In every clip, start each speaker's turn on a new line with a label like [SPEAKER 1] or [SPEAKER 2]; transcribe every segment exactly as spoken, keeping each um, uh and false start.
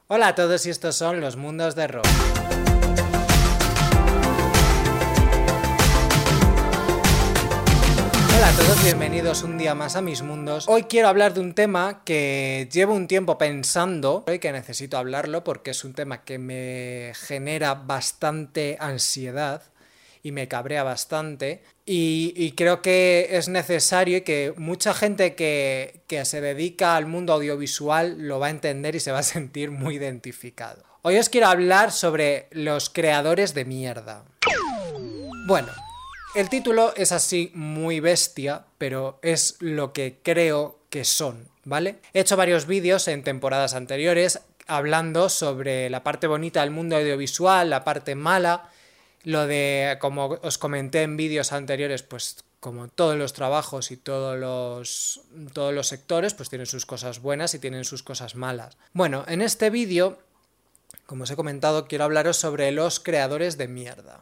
[SPEAKER 1] Hola a todos y estos son los mundos de Rob. Hola a todos, bienvenidos un día más a mis mundos. Hoy quiero hablar de un tema que llevo un tiempo pensando y que necesito hablarlo porque es un tema que me genera bastante ansiedad y me cabrea bastante y, y creo que es necesario y que mucha gente que, que se dedica al mundo audiovisual lo va a entender y se va a sentir muy identificado. Hoy os quiero hablar sobre los creadores de mierda. Bueno, el título es así muy bestia, pero es lo que creo que son, ¿vale? He hecho varios vídeos en temporadas anteriores hablando sobre la parte bonita del mundo audiovisual, la parte mala. Lo de, como os comenté en vídeos anteriores, pues como todos los trabajos y todos los, todos los sectores, pues tienen sus cosas buenas y tienen sus cosas malas. Bueno, en este vídeo, como os he comentado, quiero hablaros sobre los creadores de mierda.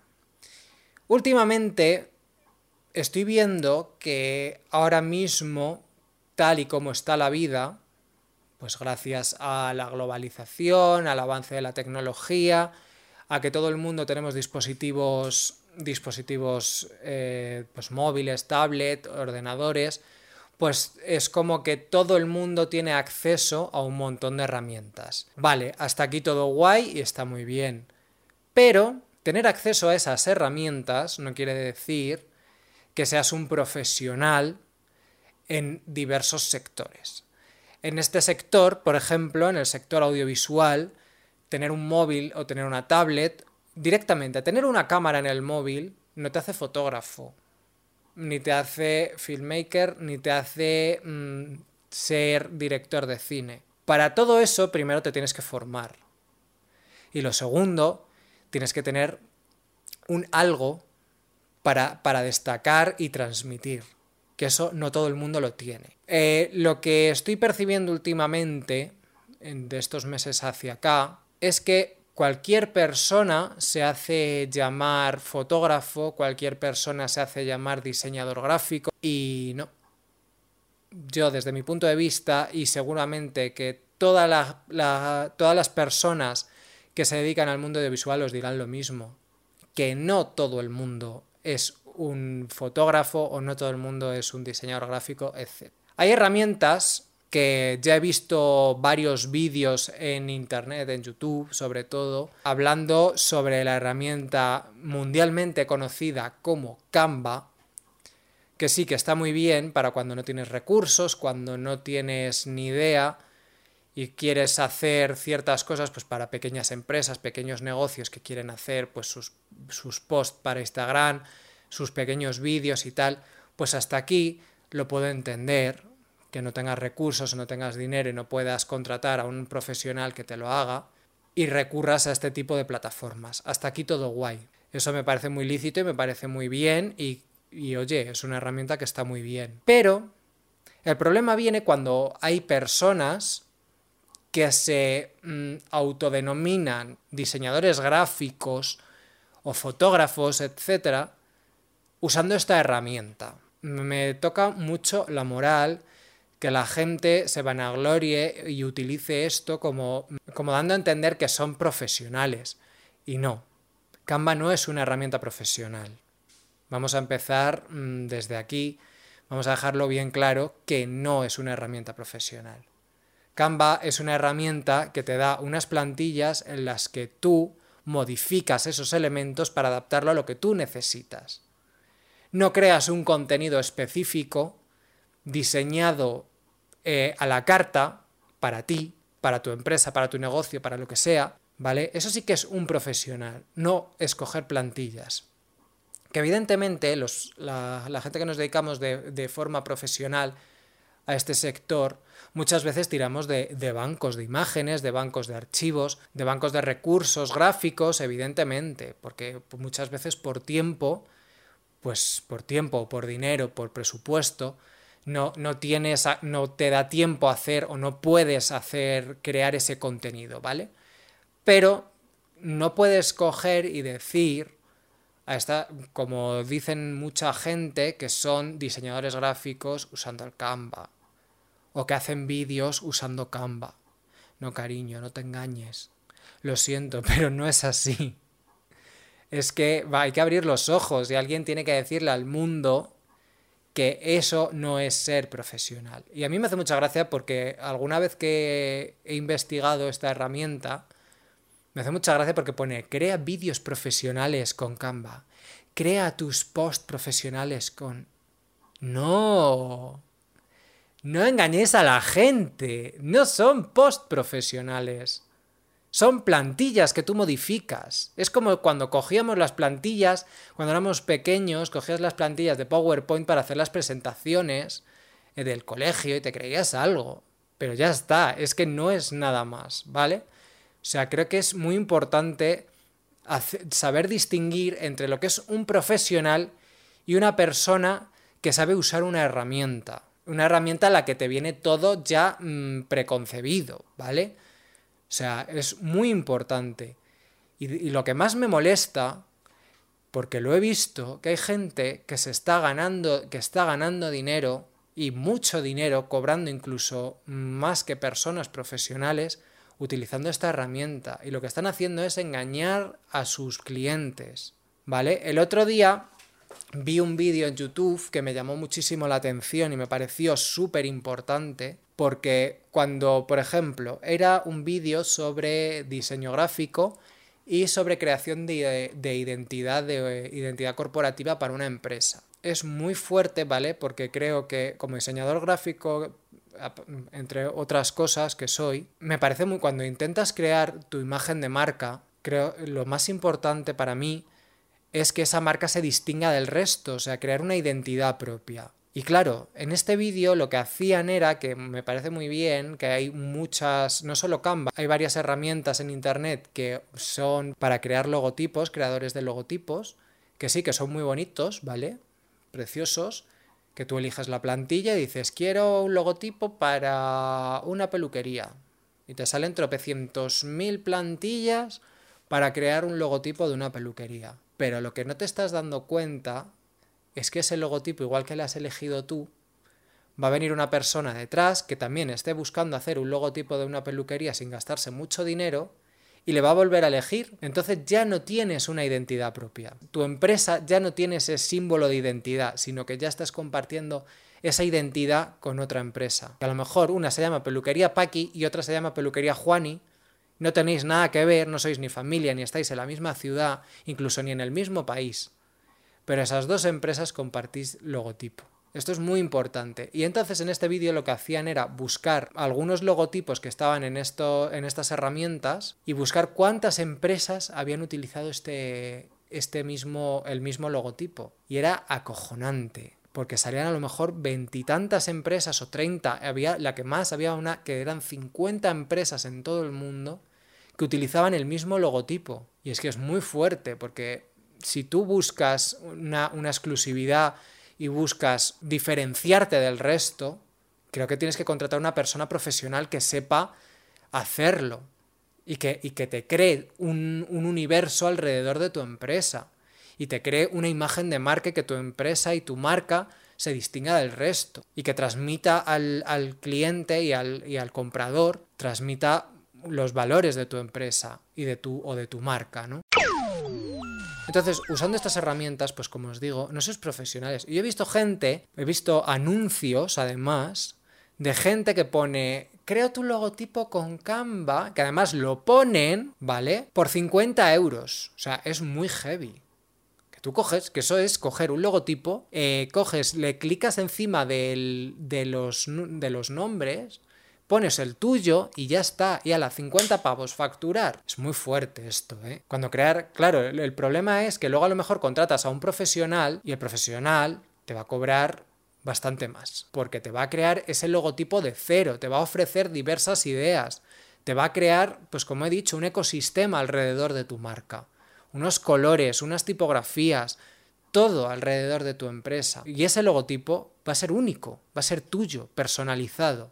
[SPEAKER 1] Últimamente estoy viendo que ahora mismo, tal y como está la vida, pues gracias a la globalización, al avance de la tecnología, a que todo el mundo tenemos dispositivos, dispositivos eh, pues móviles, tablet, ordenadores, pues es como que todo el mundo tiene acceso a un montón de herramientas. Vale, hasta aquí todo guay y está muy bien. Pero tener acceso a esas herramientas no quiere decir que seas un profesional en diversos sectores. En este sector, por ejemplo, en el sector audiovisual, tener un móvil o tener una tablet, directamente, tener una cámara en el móvil no te hace fotógrafo, ni te hace filmmaker, ni te hace mmm, ser director de cine. Para todo eso, primero te tienes que formar. Y lo segundo, tienes que tener un algo para, para destacar y transmitir. Que eso no todo el mundo lo tiene. Eh, lo que estoy percibiendo últimamente, de estos meses hacia acá, es que cualquier persona se hace llamar fotógrafo, cualquier persona se hace llamar diseñador gráfico y no. Yo desde mi punto de vista y seguramente que toda la, la, todas las personas que se dedican al mundo audiovisual os dirán lo mismo, que no todo el mundo es un fotógrafo o no todo el mundo es un diseñador gráfico, etcétera. Hay herramientas que ya he visto varios vídeos en internet, en YouTube sobre todo, hablando sobre la herramienta mundialmente conocida como Canva, que sí que está muy bien para cuando no tienes recursos, cuando no tienes ni idea y quieres hacer ciertas cosas pues para pequeñas empresas, pequeños negocios que quieren hacer pues sus, sus posts para Instagram, sus pequeños vídeos y tal, pues hasta aquí lo puedo entender, que no tengas recursos o no tengas dinero y no puedas contratar a un profesional que te lo haga y recurras a este tipo de plataformas. Hasta aquí todo guay. Eso me parece muy lícito y me parece muy bien y, y oye, es una herramienta que está muy bien. Pero el problema viene cuando hay personas que se mmm, autodenominan diseñadores gráficos o fotógrafos, etcétera, usando esta herramienta. Me toca mucho la moral que la gente se vanaglorie y utilice esto como, como dando a entender que son profesionales. Y no, Canva no es una herramienta profesional. Vamos a empezar mmm, desde aquí, vamos a dejarlo bien claro que no es una herramienta profesional. Canva es una herramienta que te da unas plantillas en las que tú modificas esos elementos para adaptarlo a lo que tú necesitas. No creas un contenido específico diseñado eh, a la carta para ti, para tu empresa, para tu negocio, para lo que sea, ¿vale? Eso sí que es un profesional, no escoger plantillas. Que evidentemente los, la, la gente que nos dedicamos de, de forma profesional a este sector, muchas veces tiramos de, de bancos de imágenes, de bancos de archivos, de bancos de recursos gráficos, evidentemente, porque muchas veces por tiempo, pues por tiempo, por dinero, por presupuesto, no, no tienes, no te da tiempo a hacer o no puedes hacer, crear ese contenido, ¿vale? Pero no puedes coger y decir, a esta, como dicen mucha gente, que son diseñadores gráficos usando el Canva, o que hacen vídeos usando Canva. No, cariño, no te engañes. Lo siento, pero no es así. Es que va, hay que abrir los ojos y alguien tiene que decirle al mundo que eso no es ser profesional. Y a mí me hace mucha gracia porque alguna vez que he investigado esta herramienta, me hace mucha gracia porque pone, crea vídeos profesionales con Canva, crea tus posts profesionales con... No, no engañéis a la gente, no son posts profesionales. Son plantillas que tú modificas. Es como cuando cogíamos las plantillas, cuando éramos pequeños, cogías las plantillas de PowerPoint para hacer las presentaciones del colegio y te creías algo. Pero ya está, es que no es nada más, ¿vale? O sea, creo que es muy importante hacer, saber distinguir entre lo que es un profesional y una persona que sabe usar una herramienta. Una herramienta en la que te viene todo ya mmm, preconcebido, ¿vale? O sea, es muy importante. Y, y lo que más me molesta, porque lo he visto, que hay gente que se está ganando, que está ganando dinero, y mucho dinero, cobrando incluso más que personas profesionales, utilizando esta herramienta. Y lo que están haciendo es engañar a sus clientes, ¿vale? El otro día vi un vídeo en YouTube que me llamó muchísimo la atención y me pareció súper importante, porque cuando, por ejemplo, era un vídeo sobre diseño gráfico y sobre creación de, de identidad, de identidad corporativa para una empresa. Es muy fuerte, ¿vale? Porque creo que como diseñador gráfico, entre otras cosas que soy, me parece muy... Cuando intentas crear tu imagen de marca, creo lo más importante para mí es que esa marca se distinga del resto, o sea, crear una identidad propia. Y claro, en este vídeo lo que hacían era, que me parece muy bien, que hay muchas, no solo Canva, hay varias herramientas en internet que son para crear logotipos, creadores de logotipos, que sí, que son muy bonitos, ¿vale? Preciosos, que tú eliges la plantilla y dices, quiero un logotipo para una peluquería. Y te salen tropecientos mil plantillas para crear un logotipo de una peluquería. Pero lo que no te estás dando cuenta es que ese logotipo, igual que lo has elegido tú, va a venir una persona detrás que también esté buscando hacer un logotipo de una peluquería sin gastarse mucho dinero y le va a volver a elegir. Entonces ya no tienes una identidad propia. Tu empresa ya no tiene ese símbolo de identidad, sino que ya estás compartiendo esa identidad con otra empresa. Que a lo mejor una se llama Peluquería Paqui y otra se llama Peluquería Juani. No tenéis nada que ver, no sois ni familia, ni estáis en la misma ciudad, incluso ni en el mismo país. Pero esas dos empresas compartís logotipo. Esto es muy importante. Y entonces en este vídeo lo que hacían era buscar algunos logotipos que estaban en, esto, en estas herramientas y buscar cuántas empresas habían utilizado este, este mismo, el mismo logotipo. Y era acojonante, porque salían a lo mejor veintitantas empresas o treinta. Había, la que más había una que eran cincuenta empresas en todo el mundo que utilizaban el mismo logotipo. Y es que es muy fuerte, porque si tú buscas una, una exclusividad y buscas diferenciarte del resto, creo que tienes que contratar a una persona profesional que sepa hacerlo y que, y que te cree un, un universo alrededor de tu empresa y te cree una imagen de marca, que tu empresa y tu marca se distinga del resto y que transmita al, al cliente y al, y al comprador, transmita los valores de tu empresa y de tu, o de tu marca, ¿no? Entonces, usando estas herramientas, pues como os digo, no sois profesionales. Y yo he visto gente, he visto anuncios, además, de gente que pone, creo tu logotipo con Canva, que además lo ponen, ¿vale? Por cincuenta euros. O sea, es muy heavy. Que tú coges, que eso es coger un logotipo, eh, coges, le clicas encima del, de, los, de los nombres, pones el tuyo y ya está, y a las cincuenta pavos facturar. Es muy fuerte esto, ¿eh? Cuando crear... Claro, el, el problema es que luego a lo mejor contratas a un profesional y el profesional te va a cobrar bastante más, porque te va a crear ese logotipo de cero, te va a ofrecer diversas ideas, te va a crear, pues como he dicho, un ecosistema alrededor de tu marca, unos colores, unas tipografías, todo alrededor de tu empresa. Y ese logotipo va a ser único, va a ser tuyo, personalizado.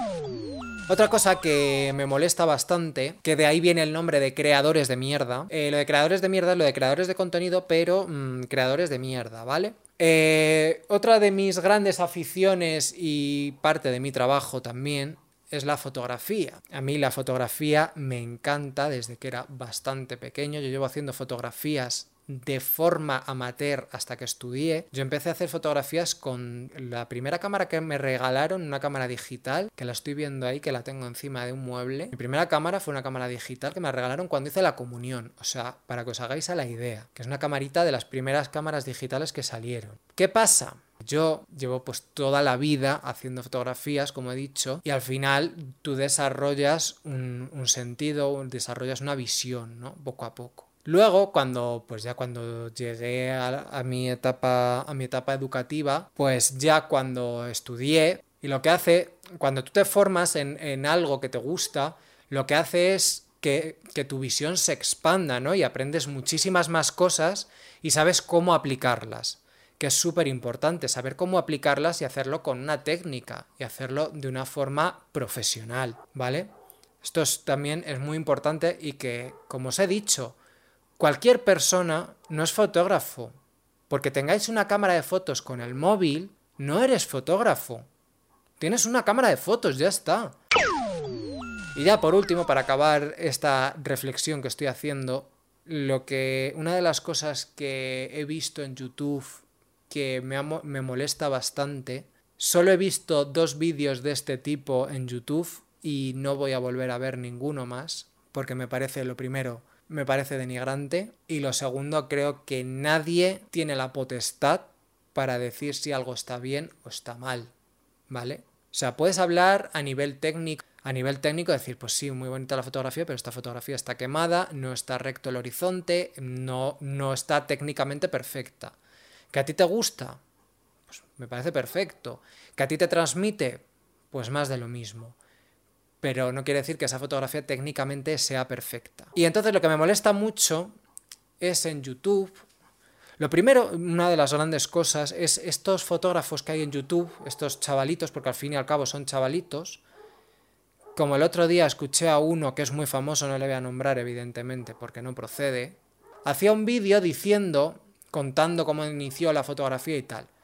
[SPEAKER 1] Otra cosa que me molesta bastante, que de ahí viene el nombre de creadores de mierda, eh, lo de creadores de mierda es lo de creadores de contenido, pero mmm, creadores de mierda, ¿vale? Eh, otra de mis grandes aficiones y parte de mi trabajo también es la fotografía. A mí la fotografía me encanta desde que era bastante pequeño. Yo llevo haciendo fotografías de forma amateur hasta que estudié. Yo empecé a hacer fotografías con la primera cámara que me regalaron, una cámara digital, que la estoy viendo ahí, que la tengo encima de un mueble. Mi primera cámara fue una cámara digital que me regalaron cuando hice la comunión, o sea, para que os hagáis a la idea, que es una camarita de las primeras cámaras digitales que salieron. ¿Qué pasa? Yo llevo pues toda la vida haciendo fotografías, como he dicho, y al final tú desarrollas un, un sentido, desarrollas una visión, ¿no? Poco a poco. Luego, cuando, pues ya cuando llegué a, a mi etapa, a mi etapa educativa, pues ya cuando estudié, y lo que hace, cuando tú te formas en, en algo que te gusta, lo que hace es que, que tu visión se expanda, ¿no? Y aprendes muchísimas más cosas y sabes cómo aplicarlas, que es súper importante, saber cómo aplicarlas y hacerlo con una técnica, y hacerlo de una forma profesional, ¿vale? Esto es, también es muy importante y que, como os he dicho, cualquier persona no es fotógrafo. Porque tengáis una cámara de fotos con el móvil, no eres fotógrafo. Tienes una cámara de fotos, ya está. Y ya por último, para acabar esta reflexión que estoy haciendo, lo que una de las cosas que he visto en YouTube que me, ha, me molesta bastante, solo he visto dos vídeos de este tipo en YouTube y no voy a volver a ver ninguno más, porque me parece, lo primero, me parece denigrante, y lo segundo, creo que nadie tiene la potestad para decir si algo está bien o está mal, ¿vale? O sea, puedes hablar a nivel técnico, a nivel técnico decir, pues sí, muy bonita la fotografía, pero esta fotografía está quemada, no está recto el horizonte, no, no está técnicamente perfecta. ¿Que a ti te gusta? Pues me parece perfecto. ¿Que a ti te transmite? Pues más de lo mismo. Pero no quiere decir que esa fotografía técnicamente sea perfecta. Y entonces lo que me molesta mucho es en YouTube. Lo primero, una de las grandes cosas, es estos fotógrafos que hay en YouTube, estos chavalitos, porque al fin y al cabo son chavalitos. Como el otro día escuché a uno que es muy famoso, no le voy a nombrar evidentemente porque no procede, hacía un vídeo diciendo, contando cómo inició la fotografía y tal.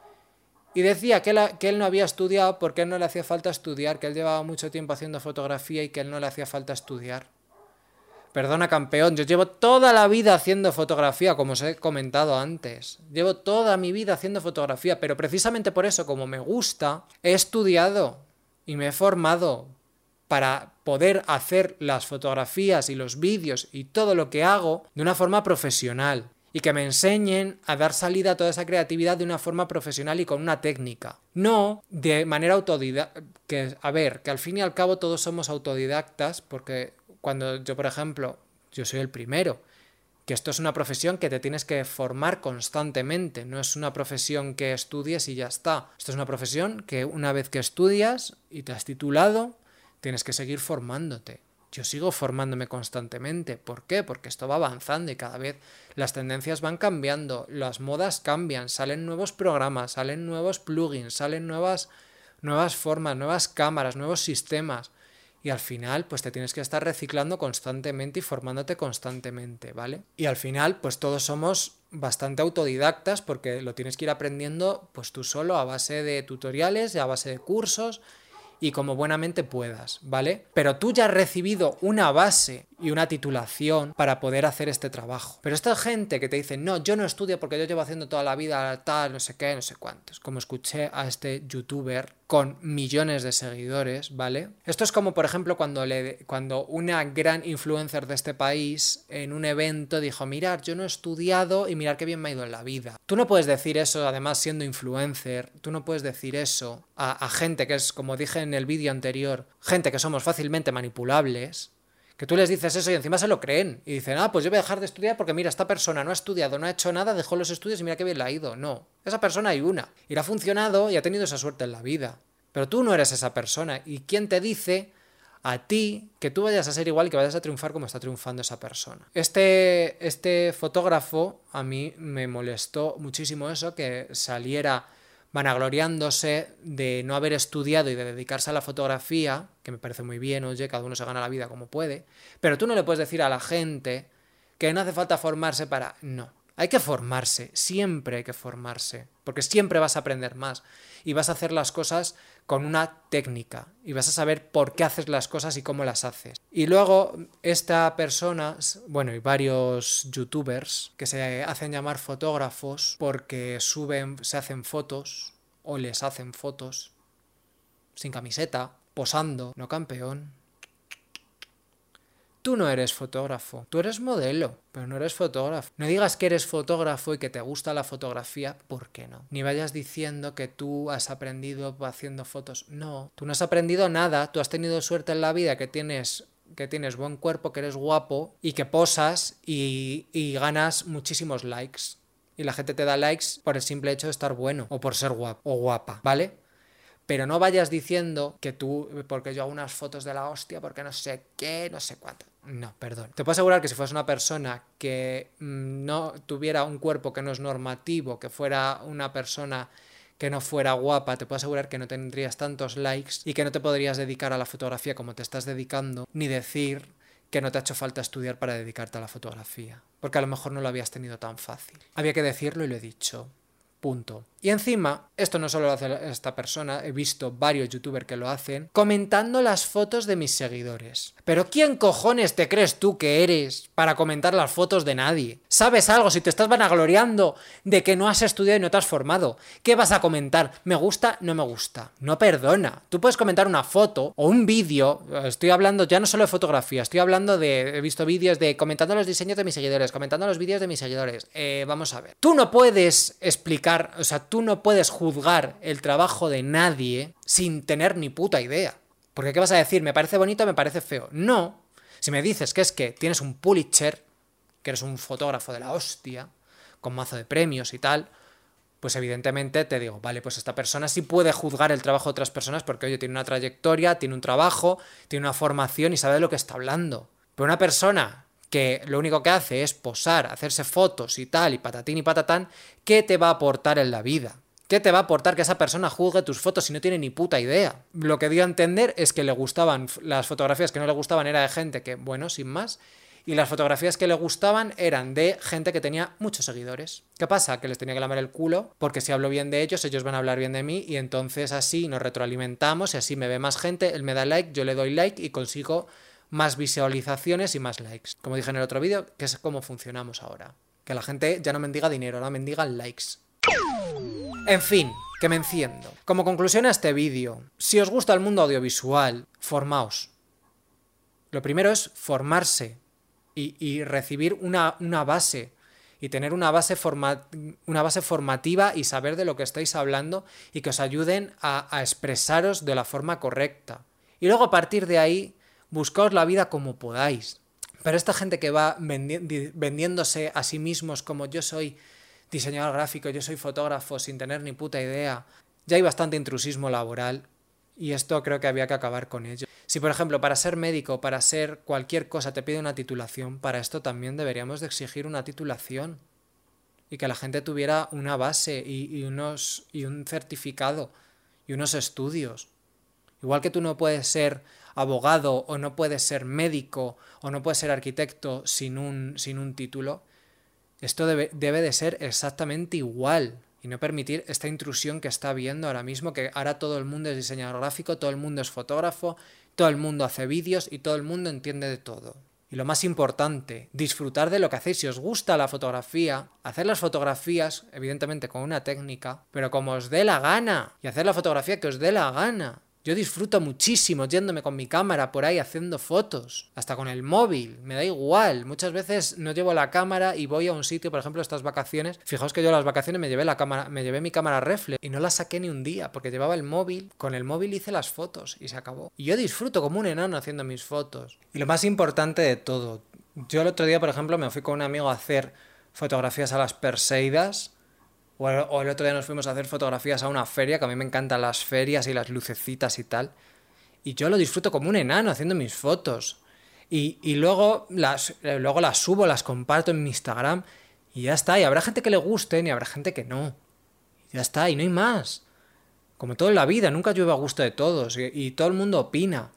[SPEAKER 1] Y decía que él, que él no había estudiado porque él no le hacía falta estudiar, que él llevaba mucho tiempo haciendo fotografía y que él no le hacía falta estudiar. Perdona, campeón, yo llevo toda la vida haciendo fotografía, como os he comentado antes. Llevo toda mi vida haciendo fotografía, pero precisamente por eso, como me gusta, he estudiado y me he formado para poder hacer las fotografías y los vídeos y todo lo que hago de una forma profesional. Y que me enseñen a dar salida a toda esa creatividad de una forma profesional y con una técnica. No de manera autodidacta. Que, a ver, que al fin y al cabo todos somos autodidactas, porque cuando yo, por ejemplo, yo soy el primero, que esto es una profesión que te tienes que formar constantemente, no es una profesión que estudies y ya está. Esto es una profesión que una vez que estudias y te has titulado, tienes que seguir formándote. Yo sigo formándome constantemente. ¿Por qué? Porque esto va avanzando y cada vez las tendencias van cambiando, las modas cambian, salen nuevos programas, salen nuevos plugins, salen nuevas, nuevas formas, nuevas cámaras, nuevos sistemas. Y al final, pues te tienes que estar reciclando constantemente y formándote constantemente, ¿vale? Y al final, pues todos somos bastante autodidactas porque lo tienes que ir aprendiendo pues tú solo a base de tutoriales y a base de cursos y como buenamente puedas, ¿vale? Pero tú ya has recibido una base y una titulación para poder hacer este trabajo. Pero esta gente que te dice, no, yo no estudio porque yo llevo haciendo toda la vida tal, no sé qué, no sé cuántos. Como escuché a este youtuber con millones de seguidores, ¿vale? Esto es como, por ejemplo, cuando, le, cuando una gran influencer de este país en un evento dijo, mirad, yo no he estudiado y mirad qué bien me ha ido en la vida. Tú no puedes decir eso, además siendo influencer, tú no puedes decir eso a, a gente que es, como dije en el vídeo anterior, gente que somos fácilmente manipulables, que tú les dices eso y encima se lo creen y dicen, ah, pues yo voy a dejar de estudiar porque mira, esta persona no ha estudiado, no ha hecho nada, dejó los estudios y mira qué bien le ha ido. No, esa persona hay una y le ha funcionado y ha tenido esa suerte en la vida, pero tú no eres esa persona. ¿Y quién te dice a ti que tú vayas a ser igual y que vayas a triunfar como está triunfando esa persona? Este, este fotógrafo, a mí me molestó muchísimo eso, que saliera vanagloriándose de no haber estudiado y de dedicarse a la fotografía, que me parece muy bien, oye, cada uno se gana la vida como puede, pero tú no le puedes decir a la gente que no hace falta formarse para... No, Hay que formarse, siempre hay que formarse, porque siempre vas a aprender más y vas a hacer las cosas con una técnica y vas a saber por qué haces las cosas y cómo las haces. Y luego esta persona, bueno, y varios youtubers que se hacen llamar fotógrafos porque suben, se hacen fotos o les hacen fotos sin camiseta, posando, no campeón. Tú no eres fotógrafo, tú eres modelo, pero no eres fotógrafo. No digas que eres fotógrafo y que te gusta la fotografía, ¿por qué no? Ni vayas diciendo que tú has aprendido haciendo fotos. No, tú no has aprendido nada, tú has tenido suerte en la vida que tienes, que tienes buen cuerpo, que eres guapo y que posas y, y ganas muchísimos likes. Y la gente te da likes por el simple hecho de estar bueno o por ser guapo o guapa, ¿vale? Pero no vayas diciendo que tú, porque yo hago unas fotos de la hostia, porque no sé qué, no sé cuánto. No, perdón. Te puedo asegurar que si fueras una persona que mmm, no tuviera un cuerpo que no es normativo, que fuera una persona que no fuera guapa, te puedo asegurar que no tendrías tantos likes y que no te podrías dedicar a la fotografía como te estás dedicando, ni decir que no te ha hecho falta estudiar para dedicarte a la fotografía, porque a lo mejor no lo habías tenido tan fácil. Había que decirlo y lo he dicho. Punto. Y encima, esto no solo lo hace esta persona, he visto varios youtubers que lo hacen, comentando las fotos de mis seguidores. Pero ¿quién cojones te crees tú que eres para comentar las fotos de nadie? ¿Sabes algo? Si te estás vanagloriando de que no has estudiado y no te has formado, ¿qué vas a comentar? ¿Me gusta? ¿No me gusta? No, perdona. Tú puedes comentar una foto o un vídeo, estoy hablando ya no solo de fotografía, estoy hablando de, he visto vídeos de comentando los diseños de mis seguidores, comentando los vídeos de mis seguidores. Eh, vamos a ver. Tú no puedes explicar, o sea, tú no puedes juzgar el trabajo de nadie sin tener ni puta idea. Porque ¿qué vas a decir? ¿Me parece bonito o me parece feo? No. Si me dices que es que tienes un Pulitzer, que eres un fotógrafo de la hostia, con mazo de premios y tal, pues evidentemente te digo, vale, pues esta persona sí puede juzgar el trabajo de otras personas porque, oye, tiene una trayectoria, tiene un trabajo, tiene una formación y sabe de lo que está hablando. Pero una persona que lo único que hace es posar, hacerse fotos y tal, y patatín y patatán, ¿qué te va a aportar en la vida? ¿Qué te va a aportar que esa persona juzgue tus fotos si no tiene ni puta idea? Lo que dio a entender es que le gustaban las fotografías que no le gustaban era de gente que, bueno, sin más, y las fotografías que le gustaban eran de gente que tenía muchos seguidores. ¿Qué pasa? Que les tenía que lamer el culo, porque si hablo bien de ellos, ellos van a hablar bien de mí, y entonces así nos retroalimentamos, y así me ve más gente, él me da like, yo le doy like, y consigo más visualizaciones y más likes. Como dije en el otro vídeo, que es como funcionamos ahora. Que la gente ya no mendiga dinero, ahora mendiga likes. En fin, que me enciendo. Como conclusión a este vídeo, si os gusta el mundo audiovisual, formaos. Lo primero es formarse y, y recibir una, una base y tener una base, forma, una base formativa y saber de lo que estáis hablando y que os ayuden a, a expresaros de la forma correcta. Y luego a partir de ahí, buscaos la vida como podáis. Pero esta gente que va vendi- vendiéndose a sí mismos como yo soy diseñador gráfico, yo soy fotógrafo sin tener ni puta idea, ya hay bastante intrusismo laboral y esto creo que había que acabar con ello. Si por ejemplo para ser médico, para ser cualquier cosa te pide una titulación, para esto también deberíamos de exigir una titulación y que la gente tuviera una base y, y, unos, y un certificado y unos estudios. Igual que tú no puedes ser abogado o no puedes ser médico o no puedes ser arquitecto sin un, sin un título, esto debe, debe de ser exactamente igual y no permitir esta intrusión que está habiendo ahora mismo, que ahora todo el mundo es diseñador gráfico, todo el mundo es fotógrafo, todo el mundo hace vídeos y todo el mundo entiende de todo. Y lo más importante, disfrutar de lo que hacéis. Si os gusta la fotografía, hacer las fotografías, evidentemente con una técnica, pero como os dé la gana, y hacer la fotografía que os dé la gana. Yo disfruto muchísimo yéndome con mi cámara por ahí haciendo fotos, hasta con el móvil, me da igual. Muchas veces no llevo la cámara y voy a un sitio, por ejemplo, estas vacaciones. Fijaos que yo las vacaciones me llevé la cámara, me llevé mi cámara reflex y no la saqué ni un día porque llevaba el móvil, con el móvil hice las fotos y se acabó. Y yo disfruto como un enano haciendo mis fotos. Y lo más importante de todo, yo el otro día, por ejemplo, me fui con un amigo a hacer fotografías a las Perseidas. O el otro día nos fuimos a hacer fotografías a una feria, que a mí me encantan las ferias y las lucecitas y tal. Y yo lo disfruto como un enano haciendo mis fotos. Y, y luego, las, luego las subo, las comparto en mi Instagram y ya está. Y habrá gente que le guste y habrá gente que no. Y ya está, y no hay más. Como todo en la vida, nunca llueve a gusto de todos. Y, y todo el mundo opina.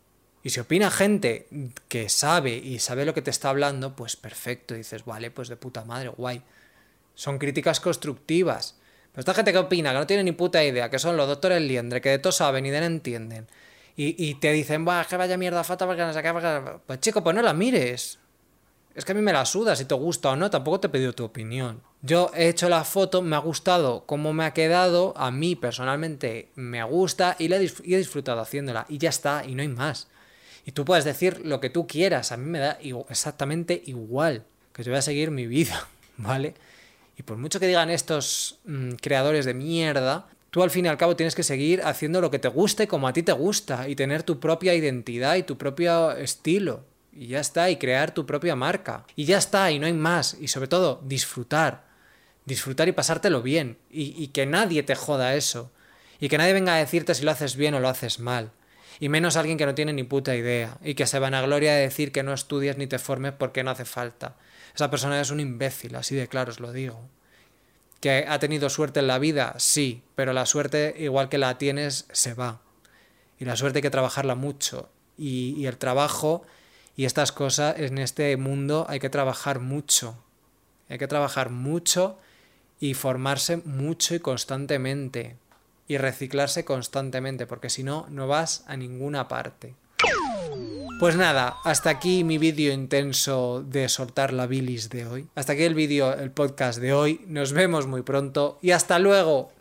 [SPEAKER 1] Y si opina gente que sabe y sabe lo que te está hablando, pues perfecto. Y dices, vale, pues de puta madre, guay. son críticas constructivas. Pero esta gente que opina, que no tiene ni puta idea, que son los doctores liendre, que de todo saben y de no entienden, y, y te dicen, bah, que vaya mierda falta porque no sé qué, pues chico, pues no la mires. Es que a mí me la suda si te gusta o no, tampoco te he pedido tu opinión. Yo he hecho la foto, me ha gustado cómo me ha quedado, a mí personalmente me gusta y, la he, y he disfrutado haciéndola, y ya está, y no hay más. Y tú puedes decir lo que tú quieras, a mí me da exactamente igual, que yo voy a seguir mi vida, ¿vale? Y por mucho que digan estos mmm, creadores de mierda, tú al fin y al cabo tienes que seguir haciendo lo que te guste como a ti te gusta y tener tu propia identidad y tu propio estilo. Y ya está, y crear tu propia marca. Y ya está, y no hay más. Y sobre todo, disfrutar. Disfrutar y pasártelo bien. Y, y que nadie te joda eso. Y que nadie venga a decirte si lo haces bien o lo haces mal. Y menos alguien que no tiene ni puta idea. Y que se vanagloria de decir que no estudias ni te formes porque no hace falta. Esa persona es un imbécil, así de claro os lo digo. ¿Que ha tenido suerte en la vida? Sí, pero la suerte, igual que la tienes, se va. Y la suerte hay que trabajarla mucho. Y, y el trabajo y estas cosas en este mundo hay que trabajar mucho. Hay que trabajar mucho y formarse mucho y constantemente. Y reciclarse constantemente, porque si no, no vas a ninguna parte. Pues nada, hasta aquí mi vídeo intenso de soltar la bilis de hoy. Hasta aquí el vídeo, el podcast de hoy. Nos vemos muy pronto y hasta luego.